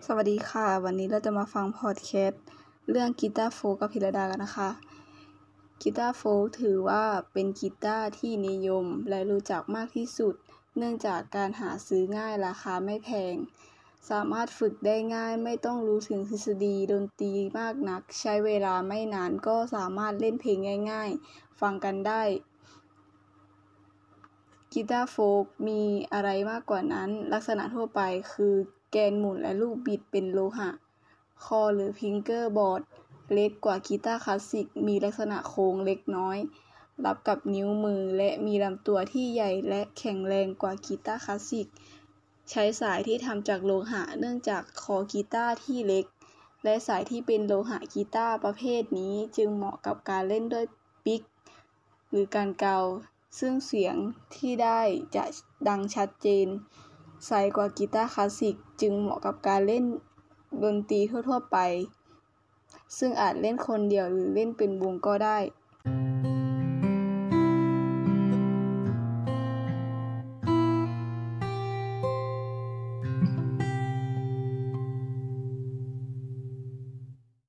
สวัสดีค่ะวันนี้เราจะมาฟังพอดแคสต์เรื่องกีตาร์โฟล์กกับพิรดากันนะคะกีตาร์โฟล์กถือว่าเป็นกีตาร์ที่นิยมและรู้จักมากที่สุดเนื่องจากการหาซื้อง่ายราคาไม่แพงสามารถฝึกได้ง่ายไม่ต้องรู้ถึงทฤษฎีดนตรีมากนักใช้เวลาไม่นานก็สามารถเล่นเพลงง่ายๆฟังกันได้กีตาร์โฟล์กมีอะไรมากกว่านั้นลักษณะทั่วไปคือแกนหมุนและลูกบิดเป็นโลหะคอหรือฟิงเกอร์บอร์ดเล็กกว่ากีตาร์คลาสสิกมีลักษณะโค้งเล็กน้อยรับกับนิ้วมือและมีลำตัวที่ใหญ่และแข็งแรงกว่ากีตาร์คลาสสิกใช้สายที่ทำจากโลหะเนื่องจากคอกีตาร์ที่เล็กและสายที่เป็นโลหะกีตาร์ประเภทนี้จึงเหมาะกับการเล่นด้วยปิกหรือการเกาซึ่งเสียงที่ได้จะดังชัดเจนใสกว่ากีตาร์คลาสสิกจึงเหมาะกับการเล่นดนตรีทั่วๆไปซึ่งอาจเล่นคนเดียวหรือเล่นเป็นวงก็ได้